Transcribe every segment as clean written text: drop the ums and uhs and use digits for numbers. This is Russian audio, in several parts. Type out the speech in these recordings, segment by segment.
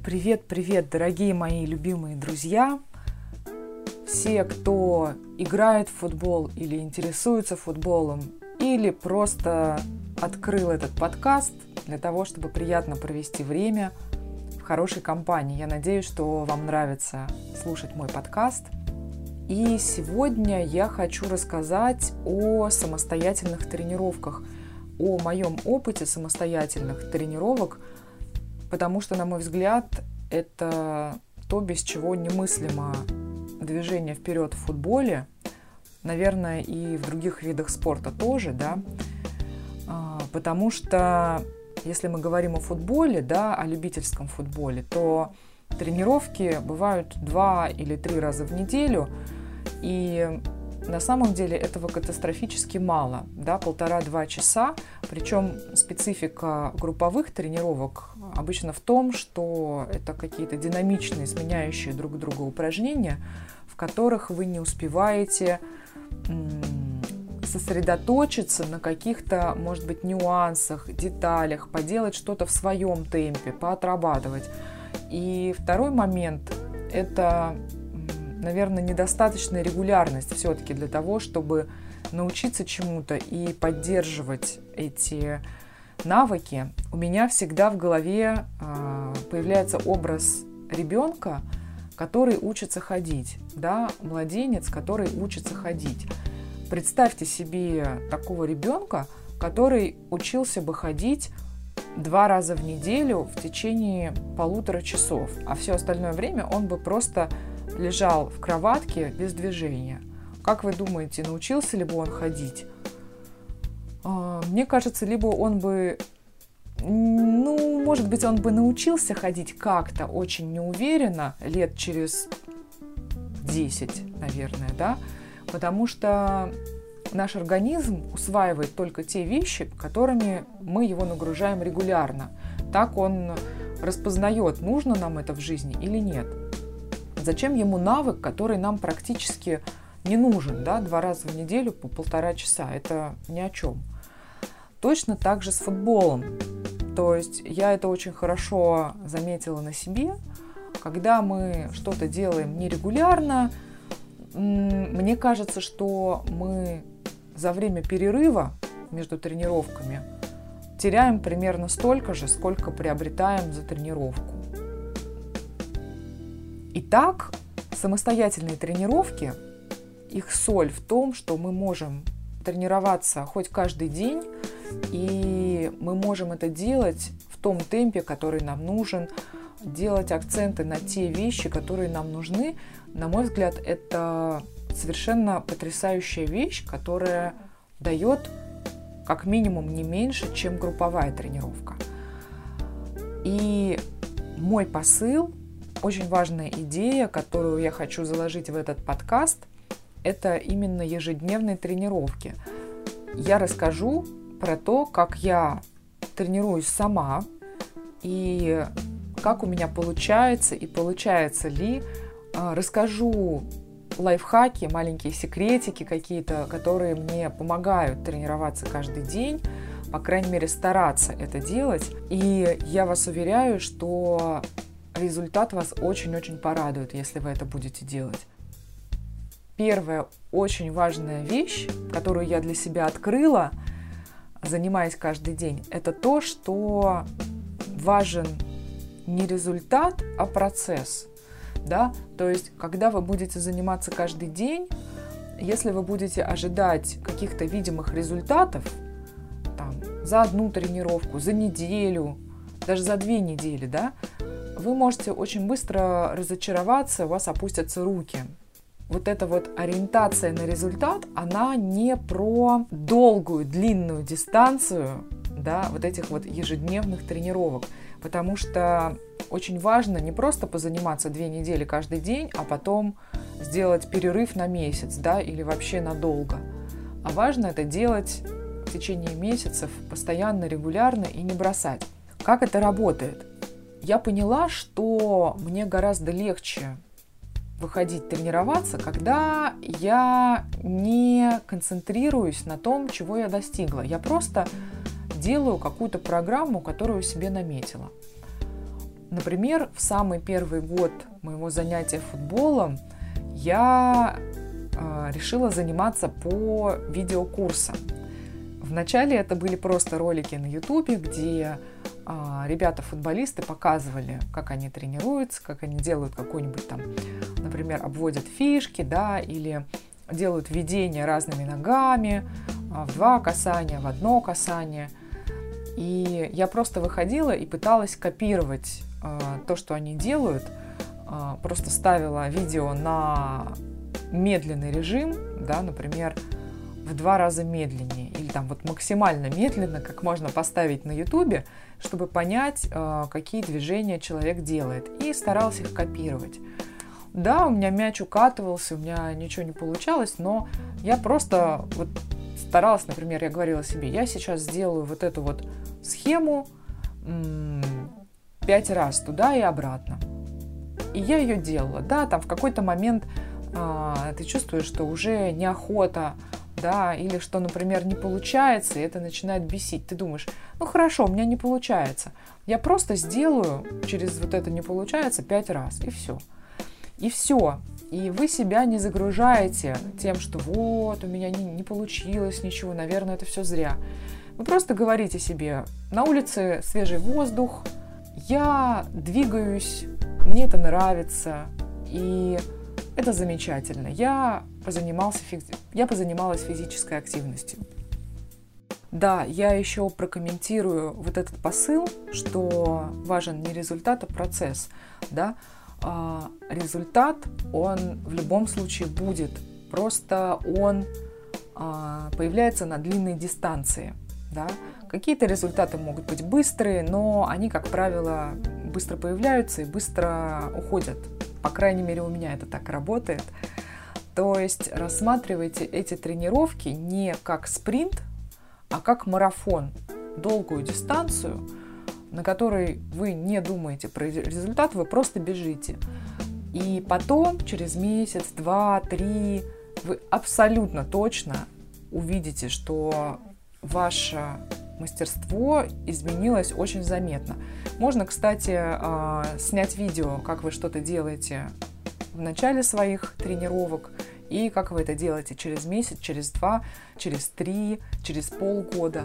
Привет, привет, дорогие мои любимые друзья! Все, кто играет в футбол или интересуется футболом, или просто открыл этот подкаст для того, чтобы приятно провести время в хорошей компании. Я надеюсь, что вам нравится слушать мой подкаст. И сегодня я хочу рассказать о самостоятельных тренировках, о моем опыте самостоятельных тренировок, потому что, на мой взгляд, это то, без чего немыслимо движение вперед в футболе, наверное, и в других видах спорта тоже, да, потому что, если мы говорим о футболе, да, о любительском футболе, то тренировки бывают 2 или 3 раза в неделю, и на самом деле этого катастрофически мало, да, 1,5-2 часа, причем специфика групповых тренировок обычно в том, что это какие-то динамичные, сменяющие друг друга упражнения, в которых вы не успеваете сосредоточиться на каких-то, может быть, нюансах, деталях, поделать что-то в своем темпе, поотрабатывать. И второй момент – это, наверное, недостаточная регулярность все-таки для того, чтобы научиться чему-то и поддерживать эти навыки. У меня всегда в голове появляется образ ребенка, который учится ходить, да, младенец, который учится ходить. Представьте себе такого ребенка, который учился бы ходить 2 раза в неделю в течение 1,5 часов, а все остальное время он бы просто лежал в кроватке без движения. Как вы думаете, научился ли бы он ходить? Мне кажется, либо он бы, может быть, он бы научился ходить как-то очень неуверенно лет через 10, наверное, да, потому что наш организм усваивает только те вещи, которыми мы его нагружаем регулярно. Так он распознает, нужно нам это в жизни или нет. Зачем ему навык, который нам практически не нужен, да, 2 раза в неделю по 1,5 часа, это ни о чем. Точно так же с футболом. То есть я это очень хорошо заметила на себе. Когда мы что-то делаем нерегулярно, мне кажется, что мы за время перерыва между тренировками теряем примерно столько же, сколько приобретаем за тренировку. Итак, самостоятельные тренировки, их соль в том, что мы можем тренироваться хоть каждый день, и мы можем это делать в том темпе, который нам нужен, делать акценты на те вещи, которые нам нужны. На мой взгляд, это совершенно потрясающая вещь, которая дает как минимум не меньше, чем групповая тренировка. И мой посыл, очень важная идея, которую я хочу заложить в этот подкаст, это именно ежедневные тренировки. Я расскажу про то, как я тренируюсь сама и как у меня получается и получается ли. Расскажу лайфхаки, маленькие секретики какие-то, которые мне помогают тренироваться каждый день, по крайней мере, стараться это делать. И я вас уверяю, что результат вас очень-очень порадует, если вы это будете делать. Первая очень важная вещь, которую я для себя открыла, занимаясь каждый день, это то, что важен не результат, а процесс. Да? То есть, когда вы будете заниматься каждый день, если вы будете ожидать каких-то видимых результатов там, за 1 тренировку, за неделю, даже за 2 недели, да, вы можете очень быстро разочароваться, у вас опустятся руки. Вот эта вот ориентация на результат, она не про долгую, длинную дистанцию, да, вот этих вот ежедневных тренировок, потому что очень важно не просто позаниматься 2 недели каждый день, а потом сделать перерыв на месяц, да, или вообще надолго. А важно это делать в течение месяцев постоянно, регулярно и не бросать. Как это работает? Я поняла, что мне гораздо легче выходить тренироваться, когда я не концентрируюсь на том, чего я достигла. Я просто делаю какую-то программу, которую себе наметила. Например, в самый первый год моего занятия футболом я решила заниматься по видеокурсам. Вначале это были просто ролики на YouTube, где ребята-футболисты показывали, как они тренируются, как они делают какой-нибудь там, например, обводят фишки, да, или делают введения разными ногами, в 2 касания, в 1 касание. И я просто выходила и пыталась копировать то, что они делают, просто ставила видео на медленный режим, да, например, в 2 раза медленнее, или там вот максимально медленно, как можно поставить на YouTube, чтобы понять, какие движения человек делает, и старалась их копировать. Да, у меня мяч укатывался, у меня ничего не получалось, но я просто вот старалась, например, я говорила себе, я сейчас сделаю вот эту вот схему 5 раз туда и обратно. И я ее делала. Да, там в какой-то момент ты чувствуешь, что уже неохота, да, или что, например, не получается, и это начинает бесить. Ты думаешь, ну хорошо, у меня не получается. Я просто сделаю через вот это не получается 5 раз, и все. И все. И вы себя не загружаете тем, что вот, у меня не получилось ничего, наверное, это все зря. Вы просто говорите себе, на улице свежий воздух, я двигаюсь, мне это нравится, и это замечательно. Я позанималась физической активностью. Да, я еще прокомментирую вот этот посыл, что важен не результат, а процесс. Да? Результат, он в любом случае будет, просто он появляется на длинной дистанции. Да? Какие-то результаты могут быть быстрые, но они, как правило, быстро появляются и быстро уходят. По крайней мере, у меня это так работает. То есть рассматривайте эти тренировки не как спринт, а как марафон, долгую дистанцию, на которой вы не думаете про результат, вы просто бежите. И потом, через месяц, 2, 3, вы абсолютно точно увидите, что ваше мастерство изменилось очень заметно. Можно, кстати, снять видео, как вы что-то делаете в начале своих тренировок и как вы это делаете через месяц, через 2, через 3, через полгода.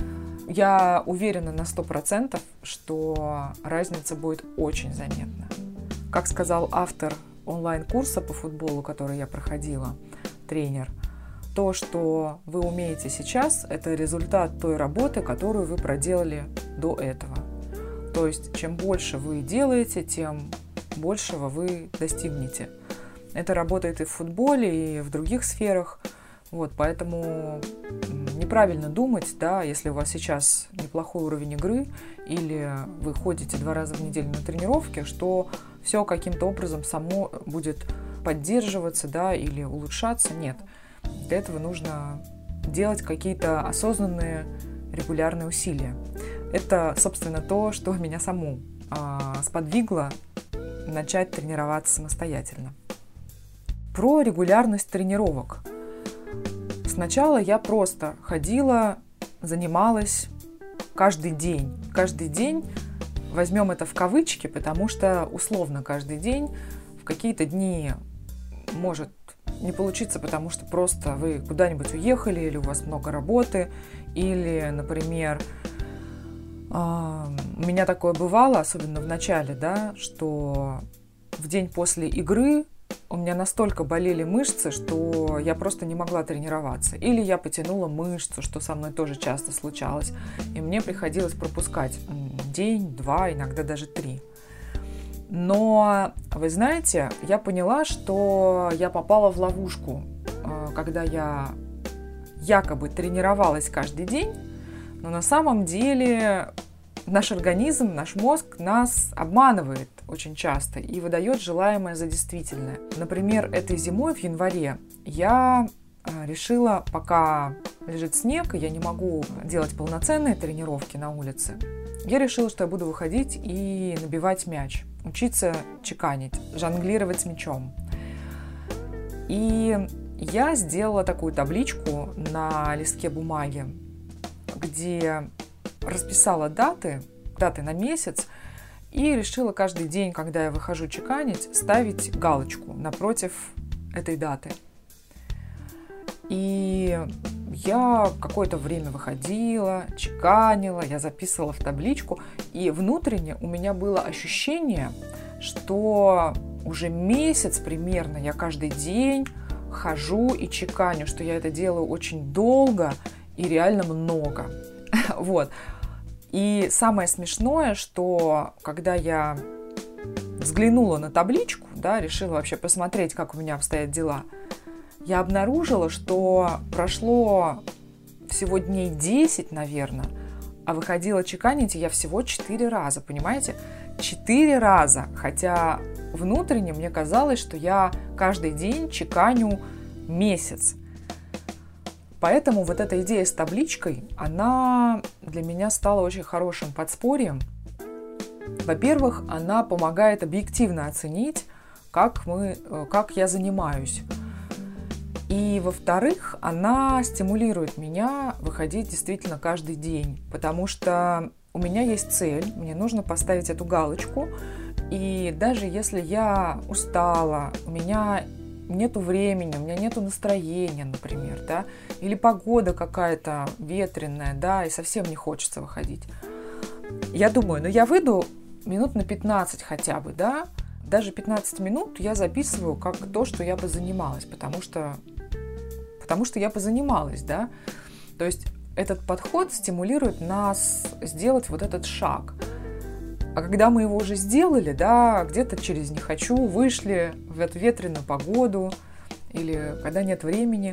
Я уверена на 100%, что разница будет очень заметна. Как сказал автор онлайн-курса по футболу, который я проходила, тренер, то, что вы умеете сейчас, это результат той работы, которую вы проделали до этого. То есть, чем больше вы делаете, тем большего вы достигнете. Это работает и в футболе, и в других сферах. Вот, поэтому неправильно думать, да, если у вас сейчас неплохой уровень игры, или вы ходите 2 раза в неделю на тренировки, что все каким-то образом само будет поддерживаться, да, или улучшаться. Нет. Для этого нужно делать какие-то осознанные регулярные усилия. Это, собственно, то, что меня саму сподвигло начать тренироваться самостоятельно. Про регулярность тренировок. Сначала я просто ходила, занималась каждый день. Каждый день, возьмем это в кавычки, потому что условно каждый день, в какие-то дни может не получиться, потому что просто вы куда-нибудь уехали, или у вас много работы, или, например, у меня такое бывало, особенно в начале, да, что в день после игры у меня настолько болели мышцы, что я просто не могла тренироваться. Или я потянула мышцу, что со мной тоже часто случалось, и мне приходилось пропускать день, 2, иногда даже 3. Но, вы знаете, я поняла, что я попала в ловушку, когда я якобы тренировалась каждый день, но на самом деле наш организм, наш мозг нас обманывает очень часто и выдает желаемое за действительное. Например, этой зимой в январе я решила, пока лежит снег, и я не могу делать полноценные тренировки на улице, я решила, что я буду выходить и набивать мяч, учиться чеканить, жонглировать с мячом. И я сделала такую табличку на листке бумаги, где расписала даты на месяц, И решила каждый день, когда я выхожу чеканить, ставить галочку напротив этой даты. И я какое-то время выходила, чеканила, я записывала в табличку. И внутренне у меня было ощущение, что уже месяц примерно я каждый день хожу и чеканю, что я это делаю очень долго и реально много. Вот. И самое смешное, что когда я взглянула на табличку, да, решила вообще посмотреть, как у меня обстоят дела, я обнаружила, что прошло всего дней 10, наверное, а выходила чеканить я всего 4 раза, понимаете? 4 раза, хотя внутренне мне казалось, что я каждый день чеканю месяц. Поэтому вот эта идея с табличкой, она для меня стала очень хорошим подспорьем. Во-первых, она помогает объективно оценить, как я занимаюсь. И, во-вторых, она стимулирует меня выходить действительно каждый день, потому что у меня есть цель, мне нужно поставить эту галочку, и даже если я устала, у меня нету времени, у меня нету настроения, например, да, или погода какая-то ветреная, да, и совсем не хочется выходить. Я думаю, я выйду минут на 15 хотя бы, да, даже 15 минут я записываю как то, что я позанималась, потому что я позанималась, да, то есть этот подход стимулирует нас сделать вот этот шаг. А когда мы его уже сделали, да, где-то через «не хочу» вышли в эту ветреную погоду или когда нет времени,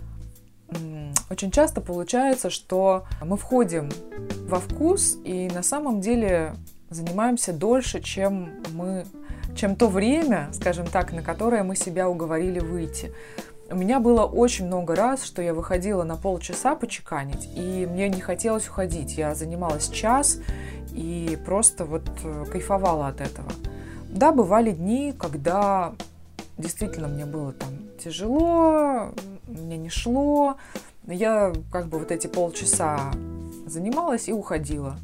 очень часто получается, что мы входим во вкус и на самом деле занимаемся дольше, чем то время, скажем так, на которое мы себя уговорили выйти. У меня было очень много раз, что я выходила на полчаса почеканить, и мне не хотелось уходить. Я занималась час и просто вот кайфовала от этого. Да, бывали дни, когда действительно мне было там тяжело, мне не шло. Я как бы вот эти полчаса занималась и уходила.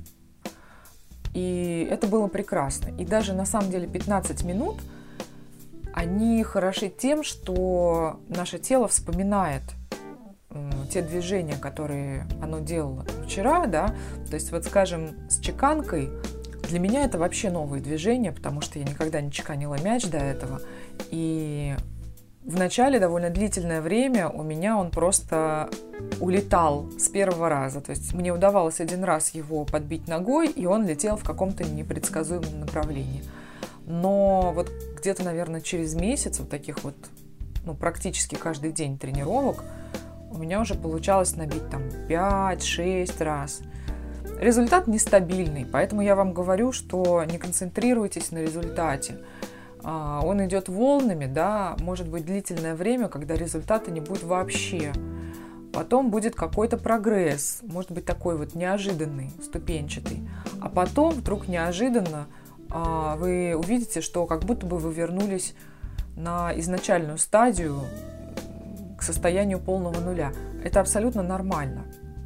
И это было прекрасно. И даже на самом деле 15 минут, они хороши тем, что наше тело вспоминает те движения, которые оно делало вчера, да, то есть вот, скажем, с чеканкой для меня это вообще новые движения, потому что я никогда не чеканила мяч до этого, и в начале довольно длительное время у меня он просто улетал с первого раза, то есть мне удавалось один раз его подбить ногой, и он летел в каком-то непредсказуемом направлении. Но вот где-то, наверное, через месяц вот таких вот, практически каждый день тренировок у меня уже получалось набить там 5-6 раз. Результат нестабильный, поэтому я вам говорю, что не концентрируйтесь на результате. Он идет волнами, да, может быть длительное время, когда результата не будет вообще. Потом будет какой-то прогресс, может быть такой вот неожиданный, ступенчатый. А потом вдруг неожиданно вы увидите, что как будто бы вы вернулись на изначальную стадию, к состоянию полного нуля. Это абсолютно нормально.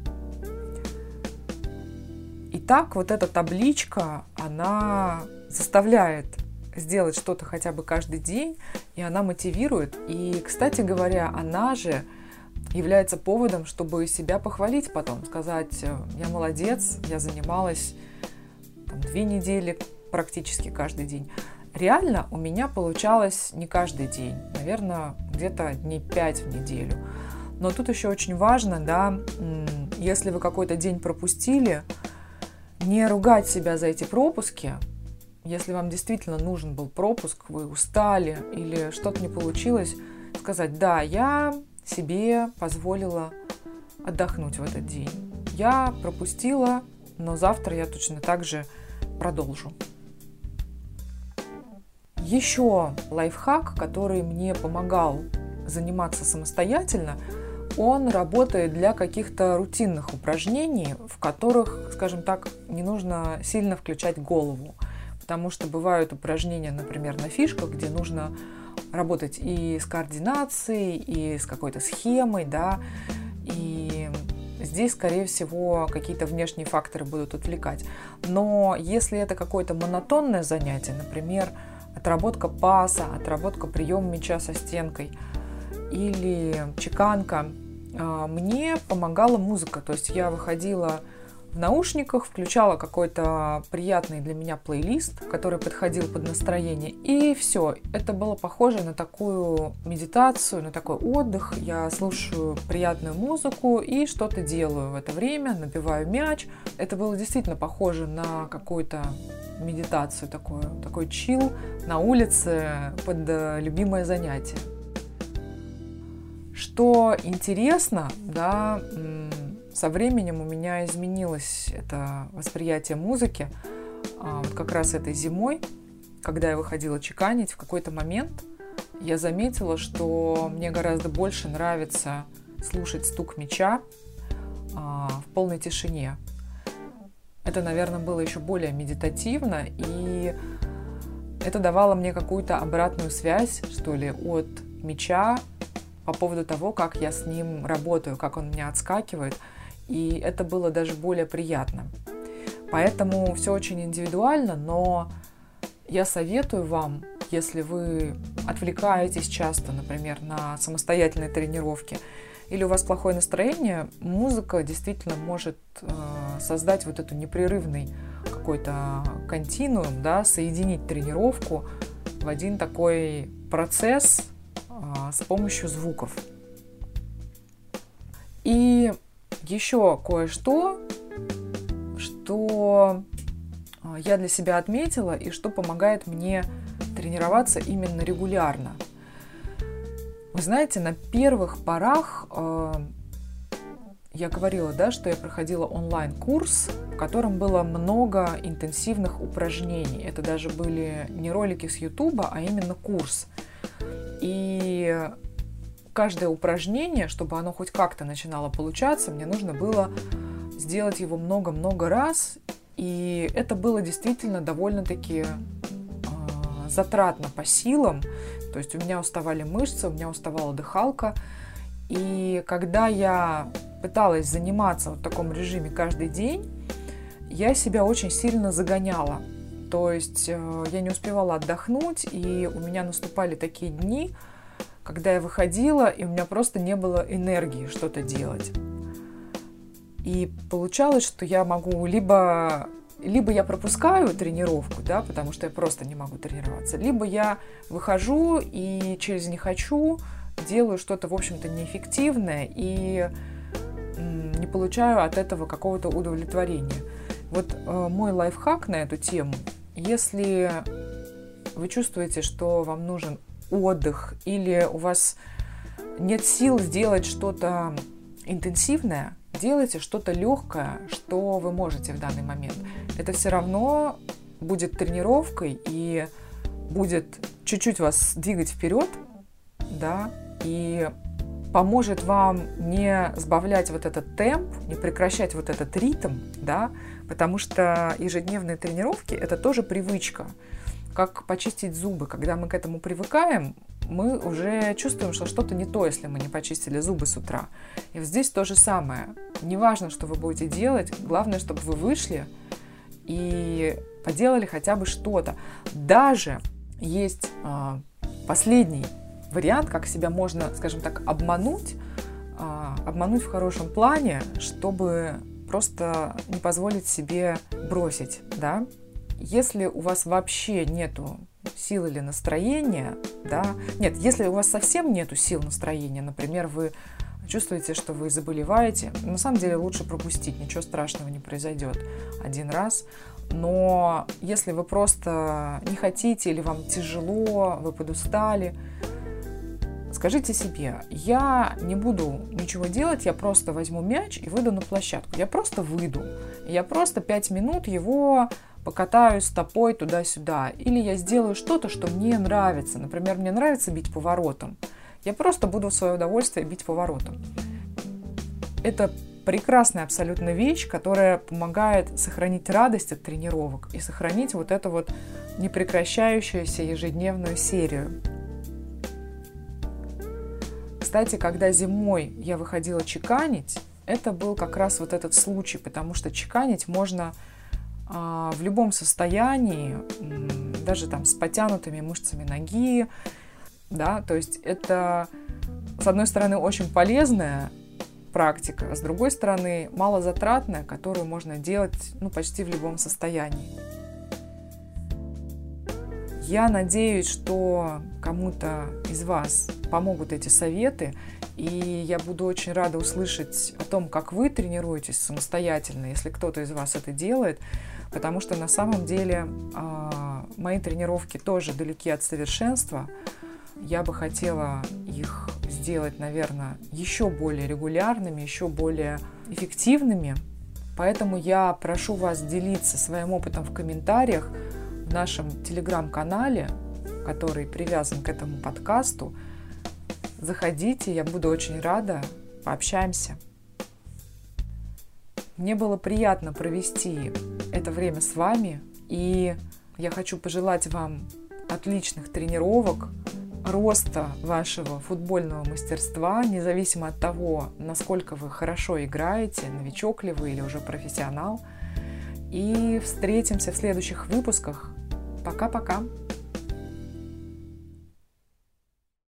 Итак, вот эта табличка, она заставляет сделать что-то хотя бы каждый день, и она мотивирует. И, кстати говоря, она же является поводом, чтобы себя похвалить потом, сказать: я молодец, я занималась 2 недели практически каждый день. Реально у меня получалось не каждый день, наверное, где-то дней 5 в неделю. Но тут еще очень важно, да, если вы какой-то день пропустили, не ругать себя за эти пропуски. Если вам действительно нужен был пропуск, вы устали или что-то не получилось, сказать: да, я себе позволила отдохнуть в этот день. Я пропустила, но завтра я точно так же продолжу. Еще лайфхак, который мне помогал заниматься самостоятельно, он работает для каких-то рутинных упражнений, в которых, скажем так, не нужно сильно включать голову. Потому что бывают упражнения, например, на фишках, где нужно работать и с координацией, и с какой-то схемой, да. И здесь, скорее всего, какие-то внешние факторы будут отвлекать. Но если это какое-то монотонное занятие, например, отработка паса, отработка приема мяча со стенкой или чеканка, мне помогала музыка. То есть я выходила в наушниках, включала какой-то приятный для меня плейлист, который подходил под настроение, и все. Это было похоже на такую медитацию, на такой отдых. Я слушаю приятную музыку и что-то делаю в это время, набиваю мяч. Это было действительно похоже на какую-то медитацию, такой чил на улице под любимое занятие. Что интересно, да, со временем у меня изменилось это восприятие музыки. Вот как раз этой зимой, когда я выходила чеканить, в какой-то момент я заметила, что мне гораздо больше нравится слушать стук мяча в полной тишине. Это, наверное, было еще более медитативно, и это давало мне какую-то обратную связь, что ли, от мяча по поводу того, как я с ним работаю, как он меня отскакивает. И это было даже более приятно. Поэтому все очень индивидуально, но я советую вам, если вы отвлекаетесь часто, например, на самостоятельные тренировки, или у вас плохое настроение, музыка действительно может создать вот эту непрерывный какой-то континуум, да, соединить тренировку в один такой процесс с помощью звуков. И еще кое-что, что я для себя отметила и что помогает мне тренироваться именно регулярно. Вы знаете, на первых порах я говорила, да, что я проходила онлайн-курс, в котором было много интенсивных упражнений. Это даже были не ролики с Ютуба, а именно курс. И каждое упражнение, чтобы оно хоть как-то начинало получаться, мне нужно было сделать его много-много раз. И это было действительно довольно-таки затратно по силам. То есть у меня уставали мышцы, у меня уставала дыхалка. И когда я пыталась заниматься в таком режиме каждый день, я себя очень сильно загоняла. То есть я не успевала отдохнуть, и у меня наступали такие дни, когда я выходила, и у меня просто не было энергии что-то делать. И получалось, что я могу либо я пропускаю тренировку, да, потому что я просто не могу тренироваться, либо я выхожу и через «не хочу» делаю что-то, в общем-то, неэффективное и не получаю от этого какого-то удовлетворения. Вот мой лайфхак на эту тему: если вы чувствуете, что вам нужен отдых или у вас нет сил сделать что-то интенсивное, делайте что-то легкое, что вы можете в данный момент. Это все равно будет тренировкой и будет чуть-чуть вас двигать вперед, да, и поможет вам не сбавлять вот этот темп, не прекращать вот этот ритм, да, потому что ежедневные тренировки – это тоже привычка. Как почистить зубы. Когда мы к этому привыкаем, мы уже чувствуем, что что-то не то, если мы не почистили зубы с утра. И вот здесь то же самое. Неважно, что вы будете делать, главное, чтобы вы вышли и поделали хотя бы что-то. Даже есть последний вариант, как себя можно, скажем так, обмануть в хорошем плане, чтобы просто не позволить себе бросить, да. Если у вас вообще нету сил или настроения, да, нет, если у вас совсем нету сил, настроения, например, вы чувствуете, что вы заболеваете, на самом деле лучше пропустить, ничего страшного не произойдет один раз. Но если вы просто не хотите или вам тяжело, вы подустали, скажите себе: я не буду ничего делать, я просто возьму мяч и выйду на площадку. Я просто выйду, я просто 5 минут его покатаю стопой туда-сюда. Или я сделаю что-то, что мне нравится. Например, мне нравится бить по воротам. Я просто буду в свое удовольствие бить по воротам. Это прекрасная абсолютно вещь, которая помогает сохранить радость от тренировок и сохранить вот эту вот непрекращающуюся ежедневную серию. Кстати, когда зимой я выходила чеканить, это был как раз вот этот случай, потому что чеканить можно в любом состоянии, даже там с потянутыми мышцами ноги, да, то есть это, с одной стороны, очень полезная практика, а с другой стороны, малозатратная, которую можно делать, почти в любом состоянии. Я надеюсь, что кому-то из вас помогут эти советы, и я буду очень рада услышать о том, как вы тренируетесь самостоятельно, если кто-то из вас это делает, потому что на самом деле мои тренировки тоже далеки от совершенства. Я бы хотела их сделать, наверное, еще более регулярными, еще более эффективными. Поэтому я прошу вас делиться своим опытом в комментариях в нашем телеграм-канале, который привязан к этому подкасту. Заходите, я буду очень рада, пообщаемся. Мне было приятно провести это время с вами, и я хочу пожелать вам отличных тренировок, роста вашего футбольного мастерства, независимо от того, насколько вы хорошо играете, новичок ли вы или уже профессионал. И встретимся в следующих выпусках. Пока-пока!